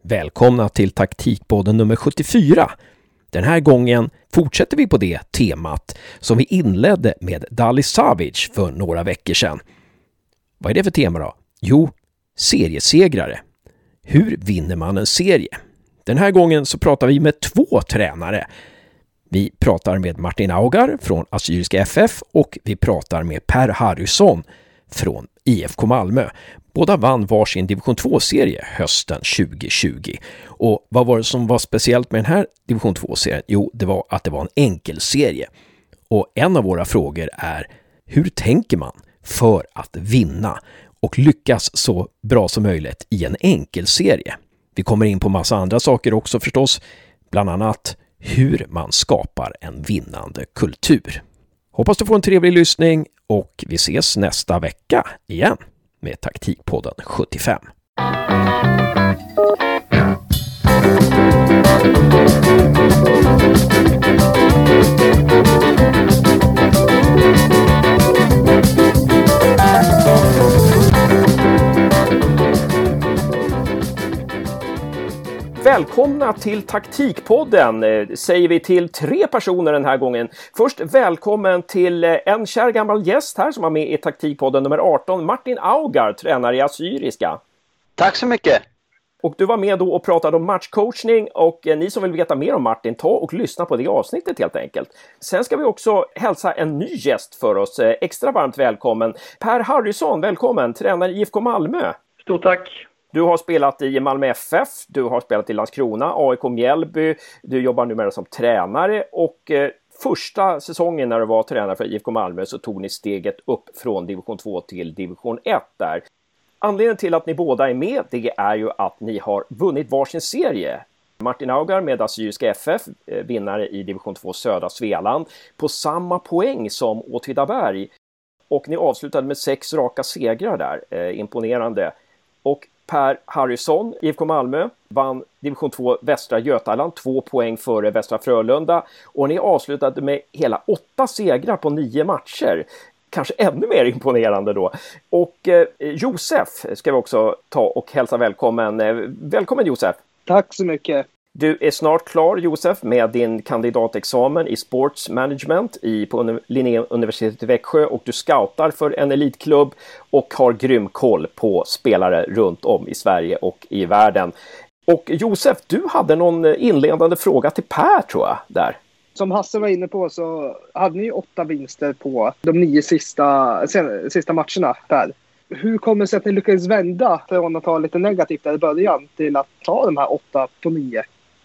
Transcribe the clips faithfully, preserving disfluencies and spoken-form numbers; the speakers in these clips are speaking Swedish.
Välkomna till taktikpodden nummer sjuttiofyra. Den här gången fortsätter vi på det temat som vi inledde med Dali Savic för några veckor sedan. Vad är det för tema då? Jo, seriesegrare. Hur vinner man en serie? Den här gången så pratar vi med två tränare. Vi pratar med Martin Augar från Assyriska F F och vi pratar med Per Harrysson från I F K Malmö. Båda vann varsin division två-serie hösten tjugo tjugo. Och vad var det som var speciellt med den här division två-serien? Jo, det var att det var en enkelserie. Och en av våra frågor är, hur tänker man för att vinna och lyckas så bra som möjligt i en enkelserie? Vi kommer in på massa andra saker också förstås, bland annat hur man skapar en vinnande kultur. Hoppas du får en trevlig lyssning och vi ses nästa vecka igen med Taktikpodden sjuttiofem. Välkomna till Taktikpodden, säger vi till tre personer den här gången. Först välkommen till en kär gammal gäst här som var med i Taktikpodden nummer arton, Martin Augar, tränare i Assyriska. Tack så mycket. Och du var med då och pratade om matchcoachning, och ni som vill veta mer om Martin, ta och lyssna på det avsnittet helt enkelt. Sen ska vi också hälsa en ny gäst för oss. Extra varmt välkommen. Per Harrysson, välkommen, tränare i I F K Malmö. Stort tack. Du har spelat i Malmö F F, du har spelat i Landskrona, A I K Mjällby, du jobbar numera som tränare och eh, första säsongen när du var tränare för I F K Malmö så tog ni steget upp från division två till division ett där. Anledningen till att ni båda är med, det är ju att ni har vunnit varsin serie. Martin Augar med Assyriska F F, eh, vinnare i division två södra Svealand, på samma poäng som Åtvidaberg. Och ni avslutade med sex raka segrar där, eh, imponerande. Och Per Harrysson, I F K Malmö, vann division två Västra Götaland, två poäng före Västra Frölunda. Och ni avslutade med hela åtta segrar på nio matcher. Kanske ännu mer imponerande då. Och eh, Josef ska vi också ta och hälsa välkommen. Eh, välkommen Josef! Tack så mycket! Du är snart klar, Josef, med din kandidatexamen i sports management i, på Linnéuniversitetet i Växjö, och du scoutar för en elitklubb och har grym koll på spelare runt om i Sverige och i världen. Och Josef, du hade någon inledande fråga till Per, tror jag, där. Som Hasse var inne på så hade ni åtta vinster på de nio sista, sen, sista matcherna, Per. Hur kommer det sig att ni lyckades vända från att ha lite negativt där i början till att ta de här åtta på nio?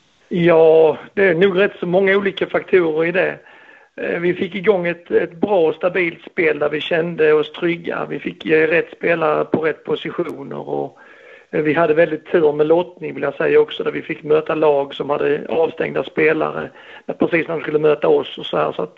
Ja, det är nog rätt så många olika faktorer i det. Vi fick igång ett, ett bra och stabilt spel där vi kände oss trygga. Vi fick rätt spelare på rätt positioner och vi hade väldigt tur med lottning, vill jag säga också, där vi fick möta lag som hade avstängda spelare precis när de skulle möta oss och så här. Så att,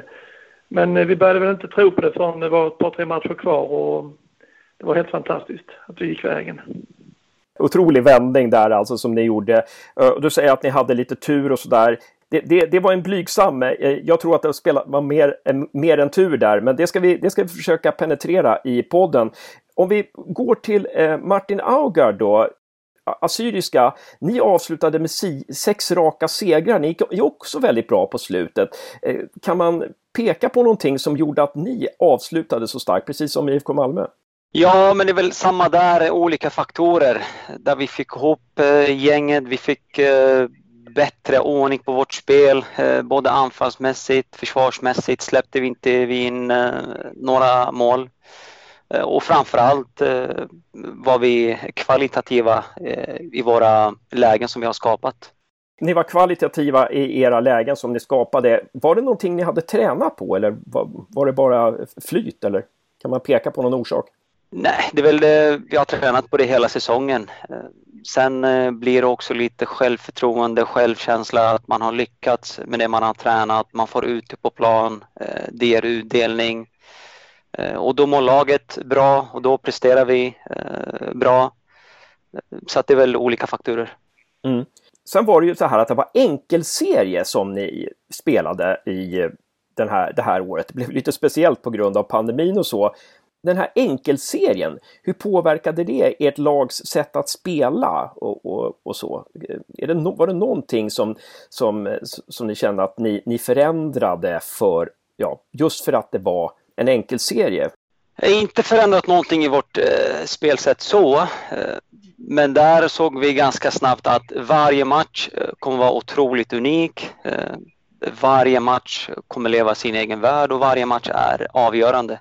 men vi började väl inte tro på det förrän det var ett par, tre matcher kvar, och det var helt fantastiskt att vi gick vägen. Otrolig vändning där alltså som ni gjorde. Du säger att ni hade lite tur och sådär. Det, det, det var en blygsam, jag tror att det var mer, mer än tur där, men det ska, vi, det ska vi försöka penetrera i podden. Om vi går till eh, Martin Augar då, Assyriska, ni avslutade med si, sex raka segrar, ni gick också väldigt bra på slutet. Eh, kan man peka på någonting som gjorde att ni avslutade så starkt, precis som I F K Malmö? Ja, men det är väl samma där, olika faktorer där vi fick ihop eh, gänget, vi fick eh, bättre ordning på vårt spel, eh, både anfallsmässigt, försvarsmässigt släppte vi inte in eh, några mål. Eh, och framförallt eh, var vi kvalitativa eh, i våra lägen som vi har skapat. Ni var kvalitativa i era lägen som ni skapade. Var det någonting ni hade tränat på, eller var, var det bara flyt, eller kan man peka på någon orsak? Nej, det är väl, vi har tränat på det hela säsongen. Sen blir det också lite självförtroende, självkänsla att man har lyckats med det man har tränat. Man får ut det på plan, det ger utdelning. Och då mår laget bra och då presterar vi bra. Så att det är väl olika faktorer. Mm. Sen var det ju så här att det var enkelserie som ni spelade i den här, det här året. Det blev lite speciellt på grund av pandemin och så. Den här enkelserien, hur påverkade det ert lags sätt att spela och, och, och så? Är det no, var det någonting som, som, som ni kände att ni, ni förändrade för, ja, just för att det var en enkelserie? Jag har inte förändrat någonting i vårt eh, spelsätt så, eh, men där såg vi ganska snabbt att varje match eh, kommer vara otroligt unik. Eh, varje match kommer leva sin egen värld och varje match är avgörande.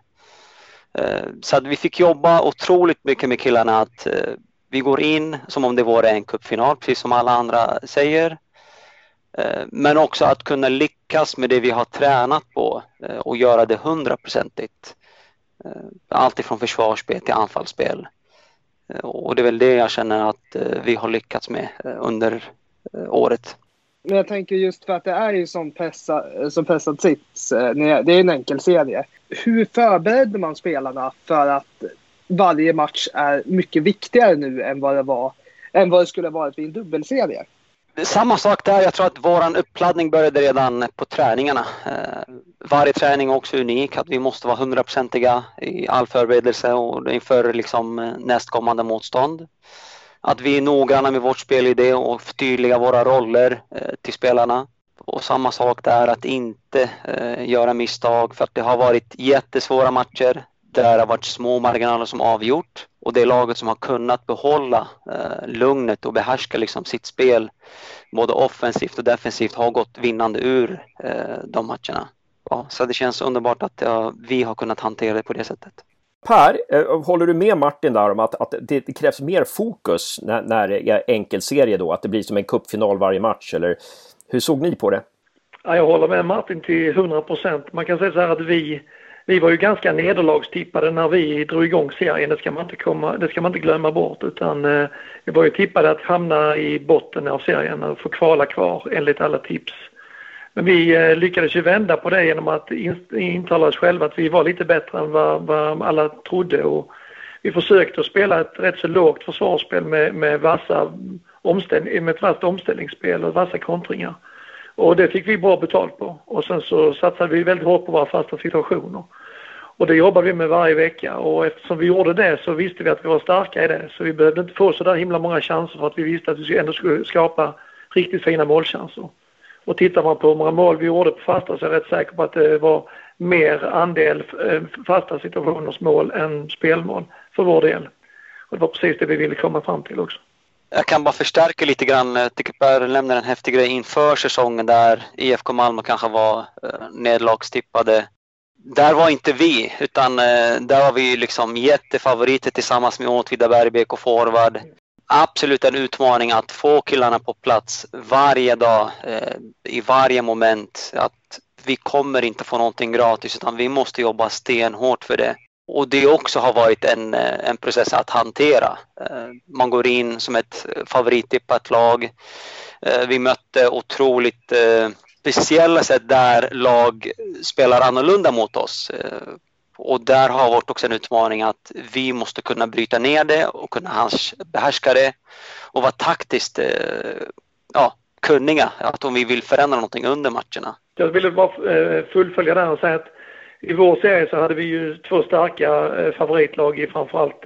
Så att vi fick jobba otroligt mycket med killarna att vi går in som om det vore en cupfinal, precis som alla andra säger. Men också att kunna lyckas med det vi har tränat på och göra det hundraprocentigt. Allt ifrån försvarsspel till anfallsspel. Och det är väl det jag känner att vi har lyckats med under året. Men jag tänker just för att det är ju som pressad, som pressad sits. Det är en enkel serie. Hur förbereder man spelarna för att varje match är mycket viktigare nu än vad det var, än vad det skulle ha varit vid en dubbelserie? Samma sak där. Jag tror att våran uppladdning började redan på träningarna. Varje träning är också unik. Att vi måste vara hundraprocentiga i all förberedelse och inför liksom nästkommande motstånd. Att vi är noggranna med vårt spelidé och förtydliga våra roller eh, till spelarna. Och samma sak där, att inte eh, göra misstag. För att det har varit jättesvåra matcher där det har varit små marginaler som avgjort. Och det är laget som har kunnat behålla eh, lugnet och behärska liksom, sitt spel. Både offensivt och defensivt har gått vinnande ur eh, de matcherna. Ja, så det känns underbart att ja, vi har kunnat hantera det på det sättet. Per, håller du med Martin där om att, att det krävs mer fokus när, när det är enkelserie då? Att det blir som en cupfinal varje match? Eller hur såg ni på det? Ja, jag håller med Martin till hundra procent. Man kan säga så här att vi, vi var ju ganska nederlagstippade när vi drog igång serien. Det ska man inte, komma, det ska man inte glömma bort. Utan eh, vi var ju tippade att hamna i botten av serien och få kvala kvar enligt alla tips. Men vi eh, lyckades ju vända på det genom att in, intala oss själva att vi var lite bättre än vad, vad alla trodde. Och vi försökte att spela ett rätt så lågt försvarsspel med, med, vassa omställ, med ett vasst omställningsspel och vassa kontringar. Och det fick vi bra betalt på. Och sen så satsade vi väldigt hårt på våra fasta situationer. Och det jobbade vi med varje vecka. Och eftersom vi gjorde det så visste vi att vi var starka i det. Så vi behövde inte få så där himla många chanser för att vi visste att vi ändå skulle skapa riktigt fina målchanser. Och tittar man på hur många mål vi gjorde på fasta så är jag rätt säker på att det var mer andel fasta situationers mål än spelmål för vår del. Och det var precis det vi ville komma fram till också. Jag kan bara förstärka lite grann. Jag tycker Per lämnar en häftig grej inför säsongen där I F K Malmö kanske var eh, nedlagstippade. Där var inte vi, utan eh, där var vi liksom jättefavoriter tillsammans med Åtvidaberg, Bergbäck och forward. Absolut en utmaning att få killarna på plats varje dag, eh, i varje moment. Att vi kommer inte få någonting gratis utan vi måste jobba stenhårt för det. Och det också har varit en, en process att hantera. Eh, man går in som ett favorittippat lag. Eh, vi mötte otroligt eh, speciella sätt där lag spelar annorlunda mot oss. Eh, Och där har varit också en utmaning att vi måste kunna bryta ner det och kunna behärska det och vara taktiskt ja, kunniga. Att om vi vill förändra någonting under matcherna. Jag ville bara fullfölja där och säga att i vår serie så hade vi ju två starka favoritlag i framförallt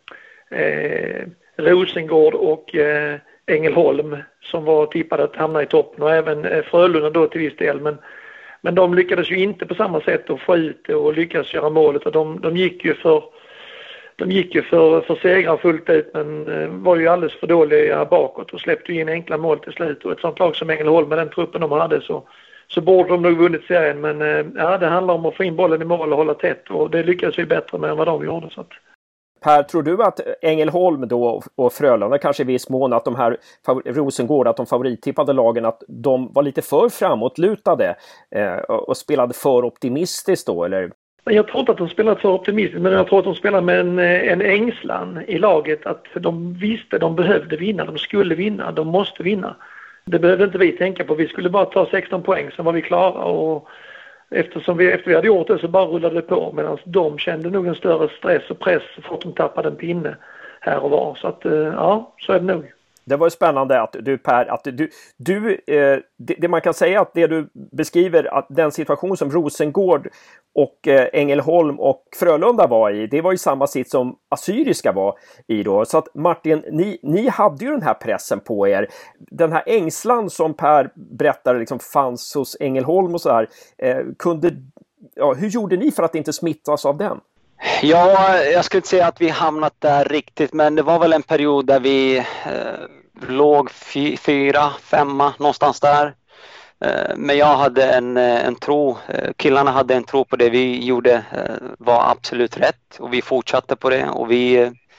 eh, Rosengård och eh, Ängelholm som var tippade att hamna i toppen och även Frölunda då till viss del. Men Men de lyckades ju inte på samma sätt att få ut det och lyckas göra målet. Och de, de gick ju för, de gick ju för, för segrar fullt ut men var ju alldeles för dåliga bakåt och släppte in enkla mål till slut. Och ett sånt lag som Ängelholm med den truppen de hade så, så borde de nog vunnit serien. Men ja, det handlar om att få in bollen i mål och hålla tätt och det lyckades vi bättre med än vad de gjorde. Så att... Per, tror du att Ängelholm då och Frölunda kanske i viss mån att de här Rosengård, att de favorittippade lagen, att de var lite för framåtlutade eh, och spelade för optimistiskt då, eller? Jag tror inte att de spelade för optimistiskt, men jag tror att de spelade med en, en ängslan i laget att de visste de behövde vinna, de skulle vinna, de måste vinna. Det behövde inte vi tänka på, vi skulle bara ta sexton poäng, sen var vi klara och Eftersom vi, efter vi hade gjort det så bara rullade det på medan de kände nog en större stress och press så fort de tappade en pinne här och var. Så att ja, så är det nog. Det var ju spännande att du Per, att du, du eh, det, det man kan säga att det du beskriver, att den situation som Rosengård och eh, Ängelholm och Frölunda var i, det var ju samma sitt som Assyriska var i då. Så att Martin, ni, ni hade ju den här pressen på er. Den här ängslan som Per berättade liksom fanns hos Ängelholm och så här, eh, kunde, ja, hur gjorde ni för att inte smittas av den? Ja, jag skulle inte säga att vi hamnat där riktigt, men det var väl en period där vi eh, låg fy, fyra, femma, någonstans där. Eh, men jag hade en, en tro, eh, killarna hade en tro på det vi gjorde eh, var absolut rätt, och vi fortsatte på det, och vi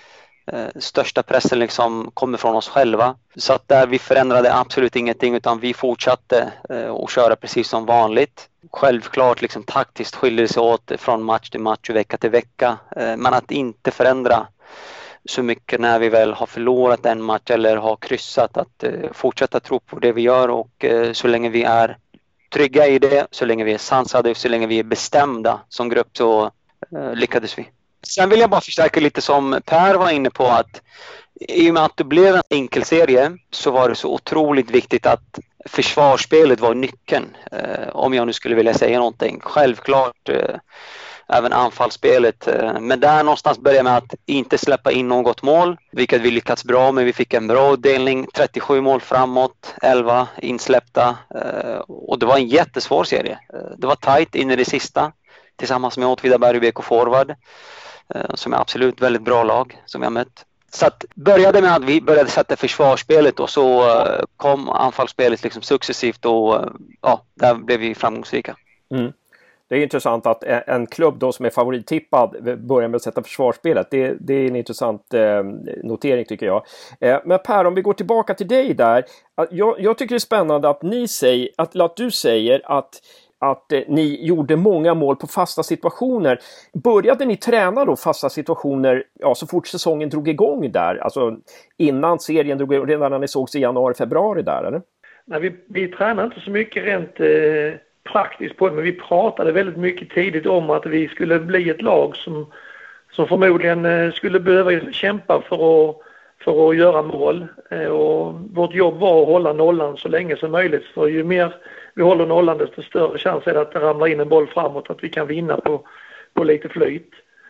eh, största pressen liksom kommer från oss själva. Så att där vi förändrade absolut ingenting, utan vi fortsatte eh, och köra precis som vanligt. Självklart liksom taktiskt skiljer det sig åt från match till match och vecka till vecka. Eh, men att inte förändra så mycket när vi väl har förlorat en match eller har kryssat. Att eh, fortsätta tro på det vi gör, och eh, så länge vi är trygga i det, så länge vi är sansade och så länge vi är bestämda som grupp, så eh, lyckades vi. Sen vill jag bara förstärka lite som Per var inne på, att i och med att det blev en enkel serie så var det så otroligt viktigt att försvarsspelet var nyckeln. Eh, om jag nu skulle vilja säga någonting. Självklart eh, även anfallsspelet. Eh, men där någonstans började med att inte släppa in något mål. Vilket vi lyckats bra med. Vi fick en bra utdelning. trettiosju mål framåt. elva insläppta. Eh, och det var en jättesvår serie. Eh, det var tajt in i det sista. Tillsammans med Åtvidaberg och B K Forward. Eh, som är absolut väldigt bra lag som jag mött. Så att började med att vi började sätta försvarsspelet, och så kom anfallsspelet liksom successivt, och ja, där blev vi framgångsrika. Mm. Det är intressant att en klubb då som är favorittippad börjar med att sätta försvarsspelet. Det, det är en intressant eh, notering tycker jag. Eh, men Per, om vi går tillbaka till dig där. Jag, jag tycker det är spännande att ni säger, att, att du säger att att eh, ni gjorde många mål på fasta situationer. Började ni träna då fasta situationer ja, så fort säsongen drog igång där? Alltså innan serien drog igång, redan när ni sågs i januari, februari där, eller? Nej, vi, vi tränade inte så mycket rent eh, praktiskt på det, men vi pratade väldigt mycket tidigt om att vi skulle bli ett lag som, som förmodligen eh, skulle behöva kämpa för att, för att göra mål. Eh, och vårt jobb var att hålla nollan så länge som möjligt, för ju mer vi håller nollan desto större chans är det att det ramlar in en boll framåt, att vi kan vinna på, på lite flyt.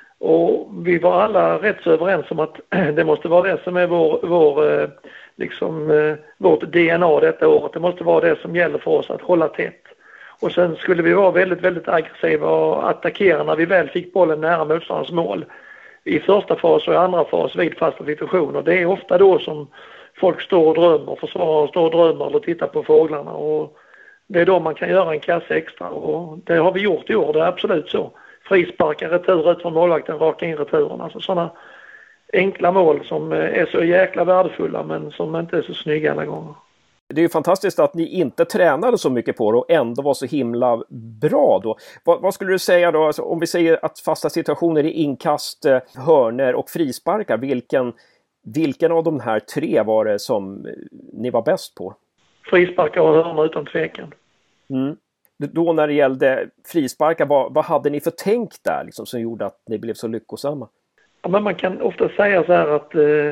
Och vi var alla rätt så överens om att det måste vara det som är vår, vår, liksom, vårt D N A detta året. Det måste vara det som gäller för oss, att hålla tätt. Och sen skulle vi vara väldigt, väldigt aggressiva och attackera när vi väl fick bollen nära motståndarens mål. I första fas och i andra fas vid fasta situationer. Det är ofta då som folk står och drömmer, försvarare står och drömmer eller tittar på fåglarna, och det är då man kan göra en kasse extra, och det har vi gjort i år, det är absolut så. Frisparkar, retur ut från målvakten, raka in returen. Alltså sådana enkla mål som är så jäkla värdefulla men som inte är så snygga alla gånger. Det är ju fantastiskt att ni inte tränade så mycket på det och ändå var så himla bra då. Vad, vad skulle du säga då, alltså, om vi säger att fasta situationer är inkast, hörner och frisparkar, vilken, vilken av de här tre var det som ni var bäst på? Frisparkar och hörner utan tvekan. Mm. Då när det gällde frisparkar, vad, vad hade ni för tänk där liksom, som gjorde att ni blev så lyckosamma? Ja, men man kan ofta säga så här att eh,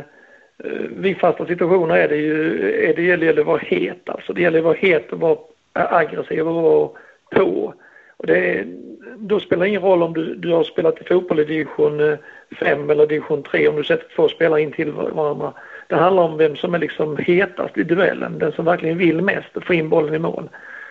vid fasta situationer är det ju, är det gäller att vara het. Alltså det gäller att vara het och vara aggressiv och vara på. Och det är, då spelar det ingen roll om du, du har spelat i fotboll i division fem eller division tre, om du sätter två spelare in till varandra. Det handlar om vem som är liksom hetast i duellen, den som verkligen vill mest och få in bollen i mål.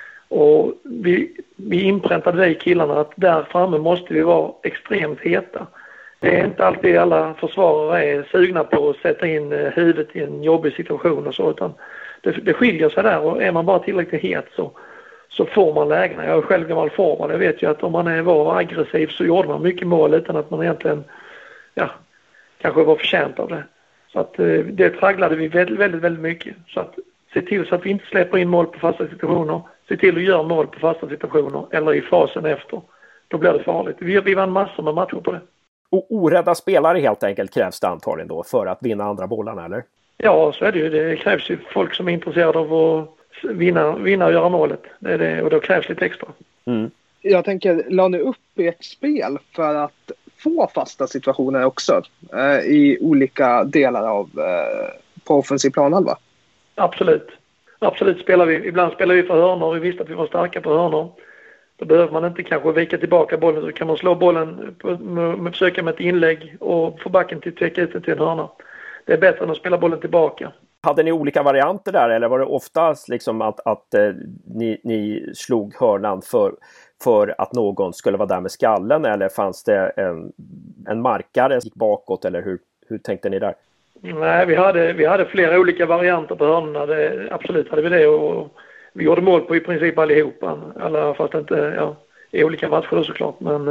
Och vi, vi inpräntade det i killarna att där framme måste vi vara extremt heta. Det är inte alltid alla försvarare är sugna på att sätta in huvudet i en jobbig situation och så, utan det, det skiljer sig där, och är man bara tillräckligt het så, så får man lägena. Jag är själv gammal forward, jag vet ju att om man är, var aggressiv så gjorde man mycket mål utan att man egentligen ja, kanske var förtjänt av det. Så att det tragglade vi väldigt, väldigt, väldigt mycket. Så att se till så att vi inte släpper in mål på fasta situationer. Se till att göra mål på fasta situationer eller i fasen efter. Då blir det farligt. Vi, vi vann massor med matcher på det. Och orädda spelare helt enkelt krävs det antagligen då för att vinna andra bollarna, eller? Ja, så är det ju. Det krävs ju folk som är intresserade av att vinna, vinna och göra målet. Det är det, och då krävs lite extra. Mm. Jag tänker, la ni upp ert spel för att få fasta situationer också eh, i olika delar av eh, på offensiv planhalva? Absolut. Absolut spelar vi. Ibland spelar vi för hörnor. Vi visste att vi var starka på hörnor. Då behöver man inte kanske vika tillbaka bollen. Så kan man slå bollen, på, med, med, försöka med ett inlägg och få backen till att täcka ut den till en hörna. Det är bättre än att spela bollen tillbaka. Hade ni olika varianter där, eller var det oftast liksom att, att eh, ni, ni slog hörnan för, för att någon skulle vara där med skallen, eller fanns det en, en markare som gick bakåt, eller hur, hur tänkte ni där? Nej, vi hade, vi hade flera olika varianter på hörnorna. Det, absolut hade vi det, och vi gjorde mål på i princip allihopa. Alla, fast inte ja, i olika matcher då såklart. Men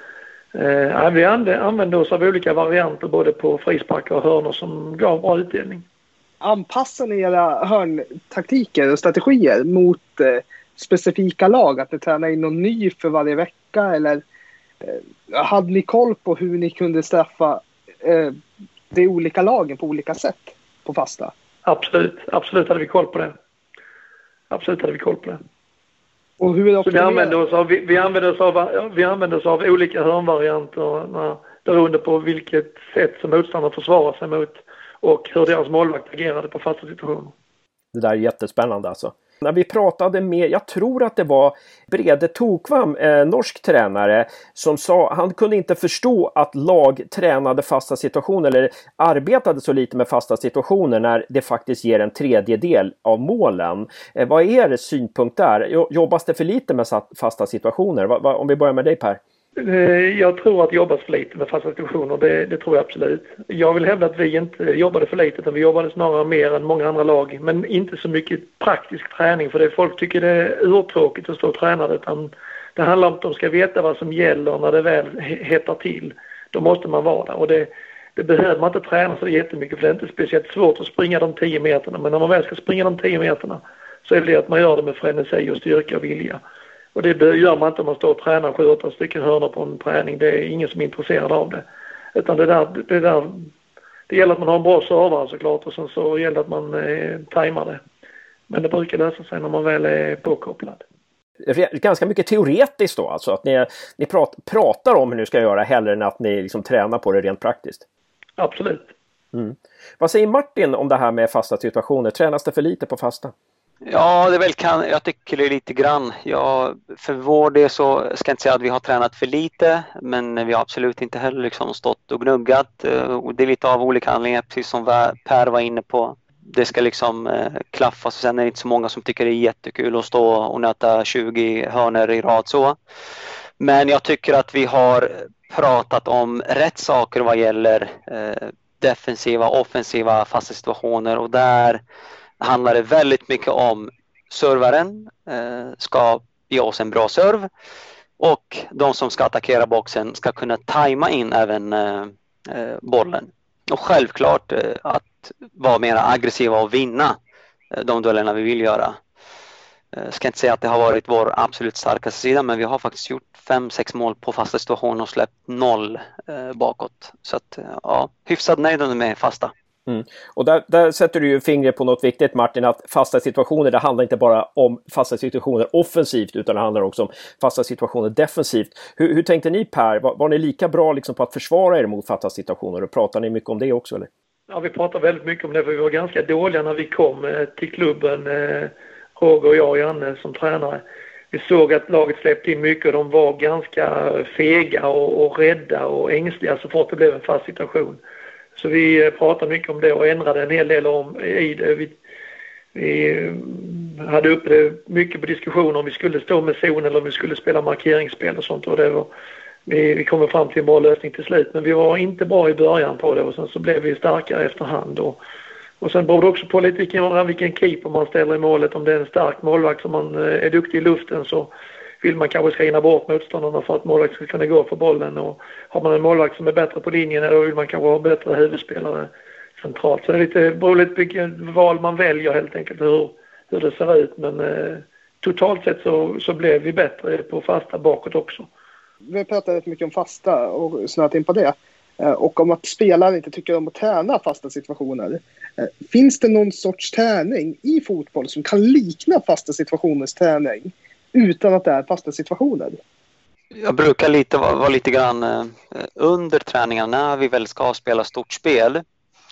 eh, vi använde oss av olika varianter både på frisparkar och hörnor som gav bra utdelning. Anpassar ni era hörntaktiker och strategier mot eh, specifika lag? Att ni tränar in någon ny för varje vecka? Eller eh, hade ni koll på hur ni kunde straffa eh, de olika lagen på olika sätt på fasta? Absolut, absolut hade vi koll på det. Absolut hade vi koll på det. Och hur Så vi använde oss av, vi, vi använde oss av, vi använde oss av olika hörnvarianter beroende på vilket sätt som motståndaren försvarar sig mot och hur deras målvakt agerade på fasta situationer. Det där är jättespännande alltså. När vi pratade med, jag tror att det var Brede Tokvam, eh, norsk tränare, som sa han kunde inte förstå att lag tränade fasta situationer eller arbetade så lite med fasta situationer när det faktiskt ger en tredjedel av målen. Eh, vad är er synpunkt där? Jobbas det för lite med fasta situationer? Va, va, om vi börjar med dig, Per. Jag tror att det jobbas för lite med fasta situationer, det, det tror jag absolut. Jag vill hävda att vi inte jobbade för lite, utan vi jobbade snarare mer än många andra lag. Men inte så mycket praktisk träning, för det folk tycker det är urtråkigt att stå och träna. Utan det handlar om att de ska veta vad som gäller när det väl hettar till. Då måste man vara där, och det, det behöver man inte träna så jättemycket, för det är inte speciellt svårt att springa de tio meterna. Men när man väl ska springa de tio meterna så är det att man gör det med frenesi och styrka och vilja. Och det gör man inte om man står och tränar sju åtta stycken hörnor på en träning. Det är ingen som är intresserad av det. Utan det där, det där, det gäller att man har en bra servare såklart, och sen så gäller det att man eh, tajmar det. Men det brukar lösa sig när man väl är påkopplad. Ganska mycket teoretiskt då, alltså att ni, ni prat, pratar om hur ni ska göra hellre än att ni liksom tränar på det rent praktiskt. Absolut. Mm. Vad säger Martin om det här med fasta situationer? Tränas det för lite på fasta? Ja, det väl kan, jag tycker det är lite grann. Ja, för vår del så ska jag inte säga att vi har tränat för lite, men vi har absolut inte heller liksom stått och gnuggat. Och det är lite av olika anledningar, precis som Per var inne på. Det ska liksom eh, klaffa, så sen är det inte så många som tycker det är jättekul att stå och nöta tjugo hörnor i rad så. Men jag tycker att vi har pratat om rätt saker vad gäller eh, defensiva, offensiva fasta situationer, och där handlar det väldigt mycket om servaren eh, ska ge oss en bra serv, och de som ska attackera boxen ska kunna tajma in även eh, bollen. Och självklart eh, att vara mer aggressiva och vinna eh, de duellerna vi vill göra. Jag eh, ska inte säga att det har varit vår absolut starkaste sida, men vi har faktiskt gjort fem sex mål på fasta situationer och släppt noll eh, bakåt. Så att eh, ja, hyfsad nöjd med fasta. Mm. Och där, där sätter du ju fingret på något viktigt, Martin, att fasta situationer, det handlar inte bara om fasta situationer offensivt, utan det handlar också om fasta situationer defensivt. Hur, hur tänkte ni, Per? Var, var ni lika bra liksom på att försvara er mot fasta situationer, och pratar ni mycket om det också, eller? Ja, vi pratar väldigt mycket om det, för vi var ganska dåliga när vi kom eh, till klubben, eh, Roger och jag och Janne som tränare. Vi såg att laget släppte in mycket, och de var ganska fega och, och rädda och ängsliga så fort det blev en fast situation. Så vi pratade mycket om det och ändrade en hel del om i det. Vi, vi hade uppe det mycket på diskussioner om vi skulle stå med zon eller om vi skulle spela markeringsspel och sånt. Och det var, vi, vi kom fram till en bra lösning till slut, men vi var inte bra i början på det, och sen så blev vi starkare efterhand. Och, och sen beror det också på lite vilken, vilken keeper man ställer i målet. Om det är en stark målvakt som man är duktig i luften, så vill man kanske skrina bort motståndarna för att målvakt ska kunna gå för bollen. Och har man en målvakt som är bättre på linjen, då vill man kanske ha bättre huvudspelare centralt. Så det är lite, beror lite på vilket val man väljer helt enkelt, hur, hur det ser ut. Men eh, totalt sett så, så blev vi bättre på fasta bakåt också. Vi pratar rätt mycket om fasta och snöat in på det. Och om att spelare inte tycker om att träna fasta situationer. Finns det någon sorts träning i fotboll som kan likna fasta situationers träning utan att det är fasta situationer? Jag brukar lite vara, vara lite grann eh, under träningen när vi väl ska spela stort spel.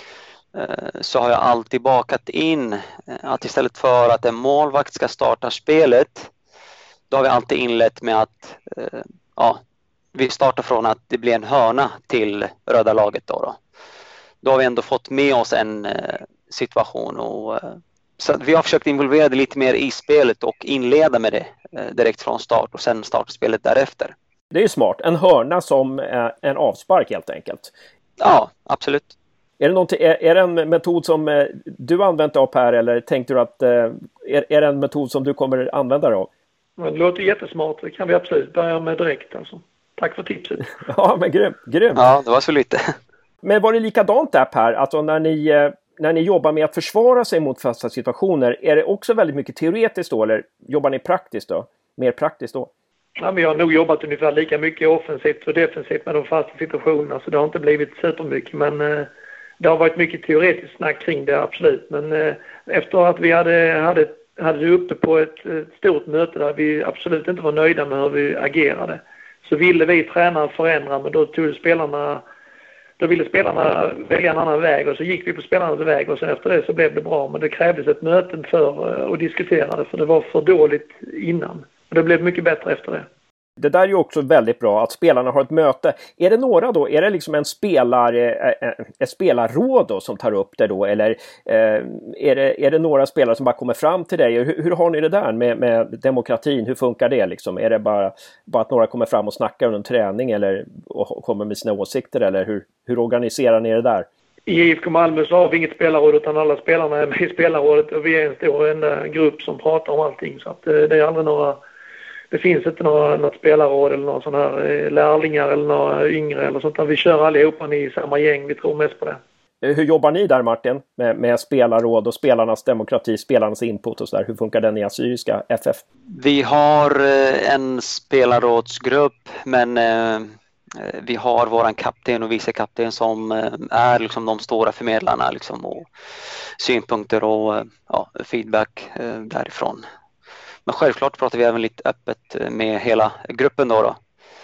så har jag alltid bakat in att istället för att en målvakt ska starta spelet, då har vi alltid inlett med att ja, vi startar från att det blir en hörna till röda laget. Då, då. då har vi ändå fått med oss en situation. Och, så vi har försökt involvera det lite mer i spelet och inleda med det direkt från start och sen starta spelet därefter. Det är ju smart. En hörna som en avspark helt enkelt. Ja, absolut. Är det, någonting, är, är det en metod som du använt av, Per, eller tänkte du att är, är det en metod som du kommer använda dig av? Det låter jättesmart. Det kan vi absolut börja med direkt. Alltså. Tack för tipset. Ja, men grym, grym. Ja, det var så lite. Men var det likadant där, Per? Alltså när ni, när ni jobbar med att försvara sig mot fasta situationer, är det också väldigt mycket teoretiskt då? Eller jobbar ni praktiskt då? Mer praktiskt då? Ja, men jag har nog jobbat ungefär lika mycket offensivt och defensivt med de fasta situationerna. Så det har inte blivit supermycket. Men eh, det har varit mycket teoretiskt snack kring det, absolut. Men eh, efter att vi hade, hade, hade det uppe på ett, ett stort möte där vi absolut inte var nöjda med hur vi agerade, så ville vi tränare förändra, men då tog spelarna, då ville spelarna välja en annan väg och så gick vi på spelarnas väg och sen efter det så blev det bra. Men det krävdes ett möte för att diskutera det, för det var för dåligt innan. Och det blev mycket bättre efter det. Det där är ju också väldigt bra att spelarna har ett möte. Är det några då? Är det liksom en spelare, ett spelarråd då som tar upp det då? Eller eh, är, det, är det några spelare som bara kommer fram till dig? Hur, hur har ni det där med, med demokratin? Hur funkar det liksom? Är det bara, bara att några kommer fram och snackar under en träning eller och kommer med sina åsikter? Eller hur, hur organiserar ni det där? I I F K Malmö så har vi inget spelarråd, utan alla spelarna är med i spelarrådet och vi är en stor en grupp som pratar om allting. Så att det är aldrig några... Det finns inte några, något spelarråd eller några sådana här lärlingar eller några yngre eller sånt. Vi kör allihopa i samma gäng, vi tror mest på det. Hur jobbar ni där, Martin? Med, med spelarråd och spelarnas demokrati, spelarnas input och sådär. Hur funkar den i Assyriska F F? Vi har en spelarrådsgrupp, men eh, vi har våran kapten och vice kapten som eh, är liksom de stora förmedlarna liksom, och synpunkter och ja, feedback eh, därifrån. Men självklart pratar vi även lite öppet med hela gruppen då, då.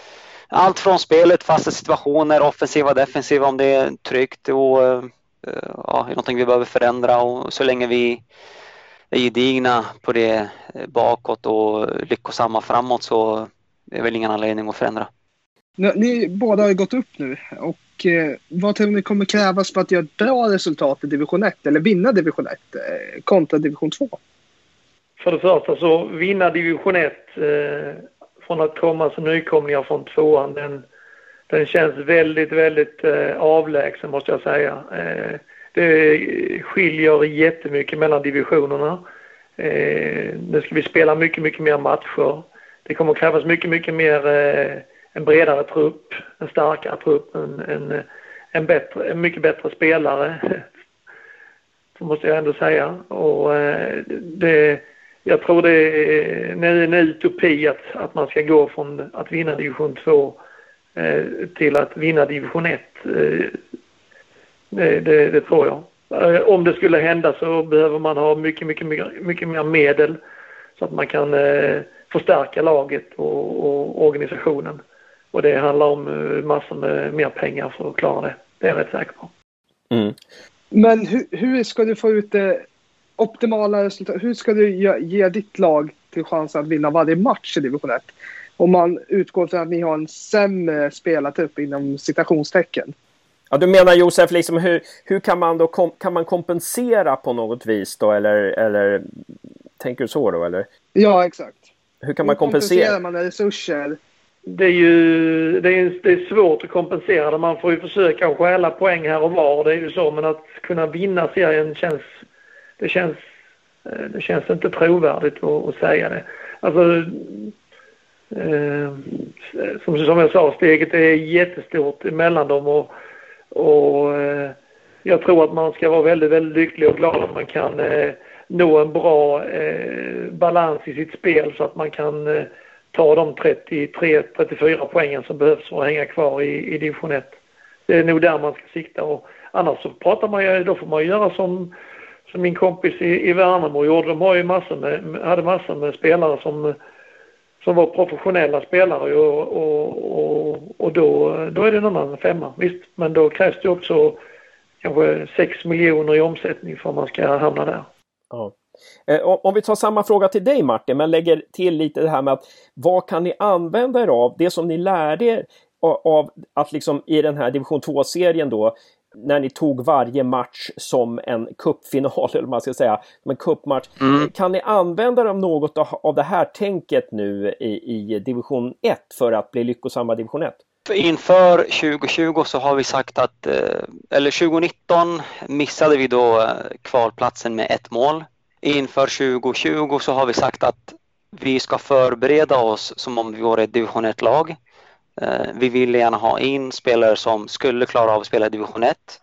Allt från spelet, fasta situationer, offensiva, defensiva, om det är tryggt och ja, är någonting vi behöver förändra, och så länge vi är gedigna på det bakåt och lyckosamma framåt så är det väl ingen anledning att förändra. Ni båda har ju gått upp nu och eh, vad tror ni kommer krävas för att göra ett bra resultat i division ett eller vinna division ett eh, kontra division två? För det första så vinna division ett eh, från att komma som nykomlingar från tvåan, den, den känns väldigt, väldigt eh, avlägsen måste jag säga. Eh, det skiljer jättemycket mellan divisionerna. Eh, nu ska vi spela mycket, mycket mer matcher. Det kommer att krävas mycket, mycket mer eh, en bredare trupp, en starkare trupp, en, en, en, bättre, en mycket bättre spelare. Så måste jag ändå säga. Och eh, det... Jag tror det är en utopi att, att man ska gå från att vinna division två eh, till att vinna division ett. Eh, det, det, det tror jag. Eh, om det skulle hända så behöver man ha mycket, mycket, mycket, mycket mer medel så att man kan eh, förstärka laget och, och organisationen. Och det handlar om eh, massor med mer pengar för att klara det. Det är jag rätt säker på. Mm. Men hur, hur ska du få ut det optimala resultat? Hur ska du ge, ge ditt lag till chansen att vinna varje match i division ett? Om man utgår från att ni har en sämre spelartrupp inom citationstecken. Ja, du menar Josef, liksom hur, hur kan man då kom, kan man kompensera på något vis då? Eller, eller tänker du så då? Eller? Ja, exakt. Hur kan man hur kompensera? kompenserar man resurser? Det är ju det är, det är svårt att kompensera det. Man får ju försöka stjäla poäng här och var. Det är ju så, men att kunna vinna serien känns det känns det känns inte trovärdigt att, att säga det. Alltså eh, som, som jag sa, steget är jättestort emellan dem och, och eh, jag tror att man ska vara väldigt, väldigt lycklig och glad att man kan eh, nå en bra eh, balans i sitt spel så att man kan eh, ta de trettiotre till trettiofyra poängen som behövs för att hänga kvar i, i division ett. Det är nog där man ska sikta, och annars så pratar man ju, då får man göra som, som min kompis i, i Värnamo gjorde. De har ju massor med, hade massor med spelare som, som var professionella spelare, och, och, och, och då, då är det en annan femma, visst. Men då krävs det också kanske sex miljoner i omsättning för att man ska hamna där. Ja. Om vi tar samma fråga till dig, Martin, men lägger till lite det här med att vad kan ni använda er av, det som ni lärde er av att liksom i den här division två-serien då, när ni tog varje match som en cupfinal, eller man ska säga, som en cupmatch. Mm. Kan ni använda er av något av det här tänket nu i, i division ett för att bli lyckosamma division ett? Inför tjugo tjugo så har vi sagt att, eller tjugo nitton missade vi då kvalplatsen med ett mål. Inför tjugo tjugo så har vi sagt att vi ska förbereda oss som om vi vore ett division ett-lag. Vi vill gärna ha in spelare som skulle klara av att spela division ett.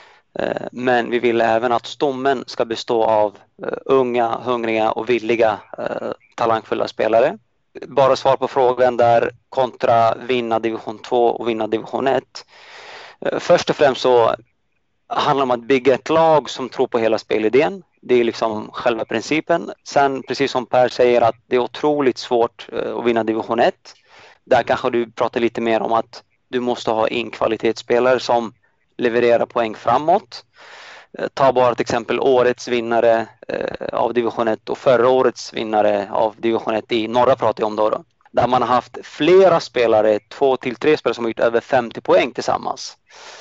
Men vi vill även att stommen ska bestå av unga, hungriga och villiga talangfulla spelare. Bara svar på frågan där kontra vinna division två och vinna division ett. Först och främst så handlar det om att bygga ett lag som tror på hela spelidén. Det är liksom själva principen. Sen precis som Per säger att det är otroligt svårt att vinna division ett. Där kanske du pratar lite mer om att du måste ha in kvalitetsspelare som levererar poäng framåt. Ta bara till exempel årets vinnare av division ett och förra årets vinnare av division ett i norra pratar jag om då, då. Där man har haft flera spelare, två till tre spelare som har gjort över femtio poäng tillsammans.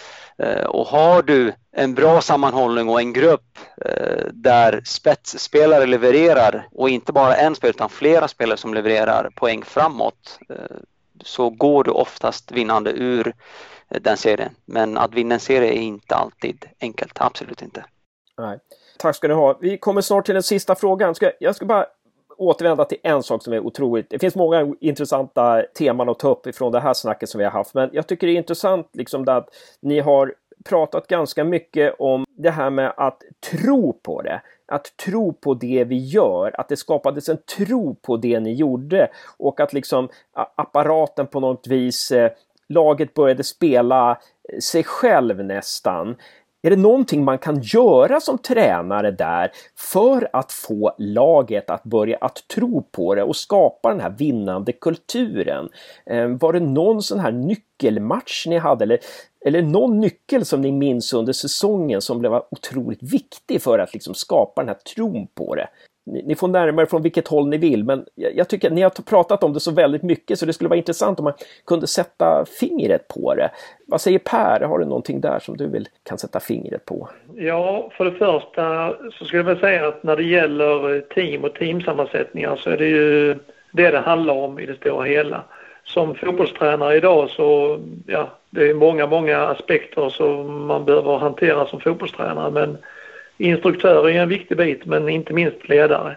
Och har du en bra sammanhållning och en grupp där spetsspelare levererar och inte bara en spelare utan flera spelare som levererar poäng framåt, så går du oftast vinnande ur den serien. Men att vinna en serie är inte alltid enkelt, absolut inte. Nej. Tack ska ni ha. Vi kommer snart till den sista frågan. Ska, jag ska bara återvända till en sak som är otroligt. Det finns många intressanta teman att ta upp ifrån det här snacket som vi har haft. Men jag tycker det är intressant liksom att ni har pratat ganska mycket om det här med att tro på det. Att tro på det vi gör. Att det skapades en tro på det ni gjorde. Och att liksom apparaten på något vis, eh, laget började spela sig själv nästan. Är det någonting man kan göra som tränare där för att få laget att börja att tro på det och skapa den här vinnande kulturen? Eh, var det någon sån här nyckelmatch ni hade eller, eller någon nyckel som ni minns under säsongen som blev otroligt viktig för att liksom skapa den här tron på det? Ni, ni får närmare från vilket håll ni vill, men jag, jag tycker att ni har pratat om det så väldigt mycket så det skulle vara intressant om man kunde sätta fingret på det. Vad säger Per? Har du någonting där som du vill kan sätta fingret på? Ja, för det första så skulle jag väl säga att när det gäller team och teamsammansättningar så är det ju det det handlar om i det stora hela. Som fotbollstränare idag så, ja, det är många, många aspekter som man behöver hantera som fotbollstränare, men instruktör är en viktig bit, men inte minst ledare.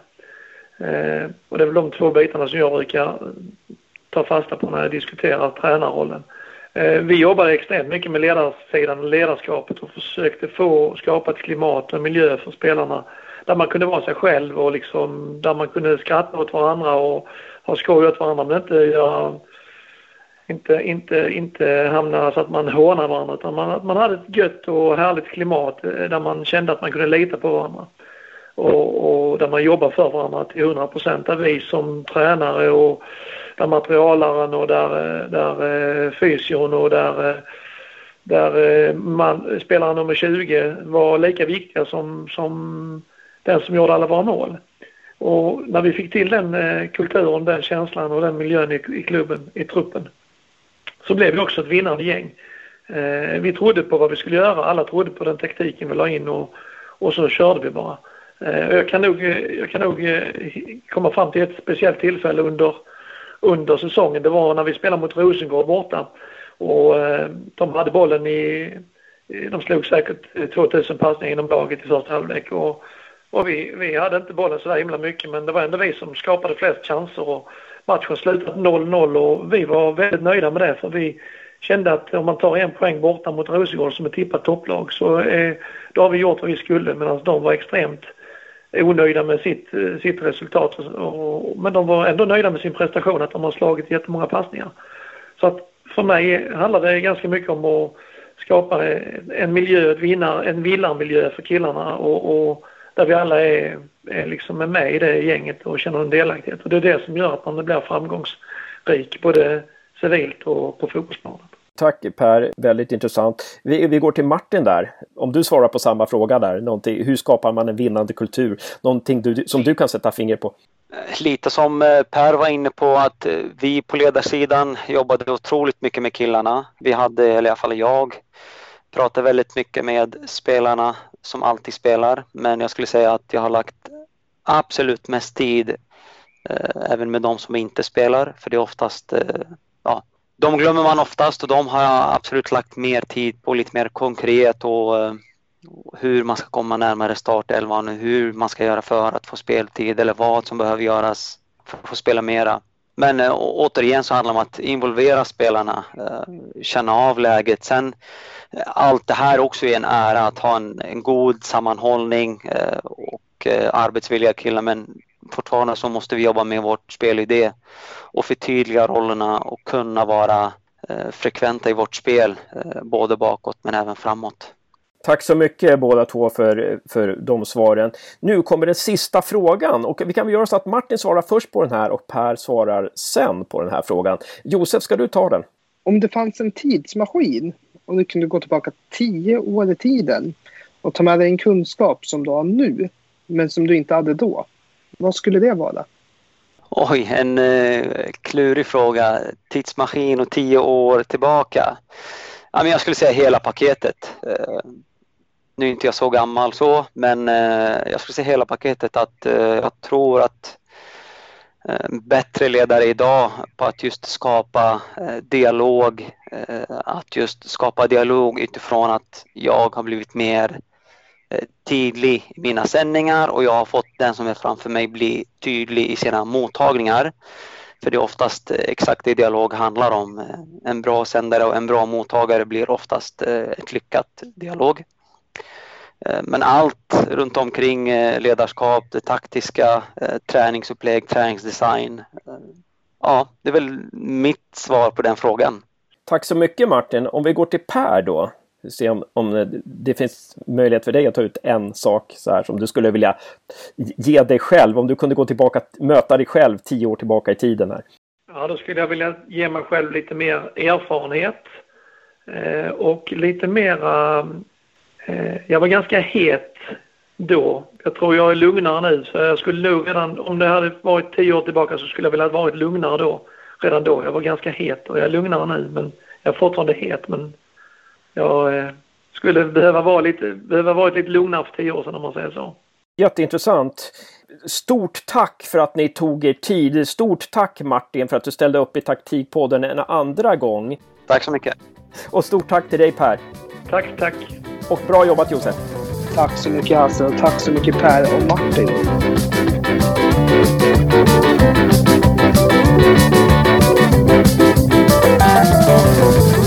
Eh, och det är väl de två bitarna som jag brukar ta fasta på när jag diskuterar tränarrollen. Eh, vi jobbar extremt mycket med ledarsidan och ledarskapet och försökte få skapa ett klimat och miljö för spelarna där man kunde vara sig själv och liksom, där man kunde skratta åt varandra och ha skoj åt varandra, men inte göra Inte, inte, inte hamna så att man hånar varandra, utan man, man hade ett gött och härligt klimat där man kände att man kunde lita på varandra. Och, och där man jobbar för varandra till hundra procent. Där vi som tränare och där materialaren och där, där fysion och där, där man, spelare nummer tjugo var lika viktiga som, som den som gjorde alla våra mål. Och när vi fick till den kulturen, den känslan och den miljön i, i klubben, i truppen, så blev vi också ett vinnande gäng. Eh, vi trodde på vad vi skulle göra. Alla trodde på den taktiken vi la in och, och så körde vi bara. Eh, jag kan nog, jag kan nog eh, komma fram till ett speciellt tillfälle under, under säsongen. Det var när vi spelade mot Rosengård borta. Och eh, de hade bollen i... De slog säkert tvåtusen passningar inom laget i första halvlek. Och, och vi, vi hade inte bollen så där himla mycket, men det var ändå vi som skapade flest chanser och matchen slutade noll noll och vi var väldigt nöjda med det, för vi kände att om man tar en poäng borta mot Rosengård som är tippat topplag så eh, då har vi gjort vad vi skulle, medan de var extremt onöjda med sitt, sitt resultat. Och, men de var ändå nöjda med sin prestation, att de har slagit jättemånga passningar. Så att för mig handlar det ganska mycket om att skapa en miljö, ett vinnar, en vinnarmiljö för killarna och, och där vi alla är, är liksom med i det gänget och känner en delaktighet. Och det är det som gör att man blir framgångsrik både civilt och på fotbollsplanen. Tack Per, väldigt intressant. Vi, vi går till Martin där. Om du svarar på samma fråga där, någonting, hur skapar man en vinnande kultur? Någonting du, som du kan sätta finger på? Lite som Per var inne på, att vi på ledarsidan jobbade otroligt mycket med killarna. Vi hade, eller i alla fall jag, pratade väldigt mycket med spelarna som alltid spelar. Men jag skulle säga att jag har lagt absolut mest tid eh, även med de som inte spelar. För det är oftast, eh, ja, de glömmer man oftast, och de har jag absolut lagt mer tid på, lite mer konkret och eh, hur man ska komma närmare startelvan, hur man ska göra för att få speltid eller vad som behöver göras för att få spela mera. Men äh, återigen så handlar det om att involvera spelarna, äh, känna av läget. Sen äh, allt det här också är en ära, att ha en, en god sammanhållning äh, och äh, arbetsvilliga killar, men fortfarande så måste vi jobba med vårt spelidé och förtydliga rollerna och kunna vara äh, frekventa i vårt spel, äh, både bakåt men även framåt. Tack så mycket båda två för, för de svaren. Nu kommer den sista frågan, och vi kan göra så att Martin svarar först på den här och Per svarar sen på den här frågan. Josef, ska du ta den? Om det fanns en tidsmaskin och du kunde gå tillbaka tio år i tiden och ta med dig en kunskap som du har nu men som du inte hade då, vad skulle det vara? Oj, en eh, klurig fråga. Tidsmaskin och tio år tillbaka. Ja, men jag skulle säga hela paketet. Eh, nu är inte jag så gammal så, men eh, jag skulle säga hela paketet. Att eh, jag tror att eh, bättre ledare idag på att just skapa eh, dialog, eh, att just skapa dialog utifrån att jag har blivit mer eh, tydlig i mina sändningar, och jag har fått den som är framför mig bli tydlig i sina mottagningar. För det är oftast exakt det dialog handlar om. En bra sändare och en bra mottagare blir oftast ett lyckat dialog. Men allt runt omkring ledarskap, det taktiska, träningsupplägg, träningsdesign. Ja, det är väl mitt svar på den frågan. Tack så mycket Martin. Om vi går till Per då. Se om, om det finns möjlighet för dig att ta ut en sak så här som du skulle vilja ge dig själv. Om du kunde gå tillbaka, möta dig själv tio år tillbaka i tiden här. Ja, då skulle jag vilja ge mig själv lite mer erfarenhet. Eh, och lite mera... Eh, jag var ganska het då. Jag tror jag är lugnare nu. Så jag skulle nog redan, om det hade varit tio år tillbaka, så skulle jag vilja ha varit lugnare då. Redan då. Jag var ganska het och jag är lugnare nu. Men jag är fortfarande het, men... Jag eh, skulle behöva vara lite, behöva vara lite lugnare för tio år sedan, om man säger så. Jätteintressant. Stort tack för att ni tog er tid. Stort tack Martin för att du ställde upp i Taktikpodden en andra gång. Tack så mycket. Och stort tack till dig Per. Tack, tack. Och bra jobbat Josef. Tack så mycket Hasse, och tack så mycket Per och Martin.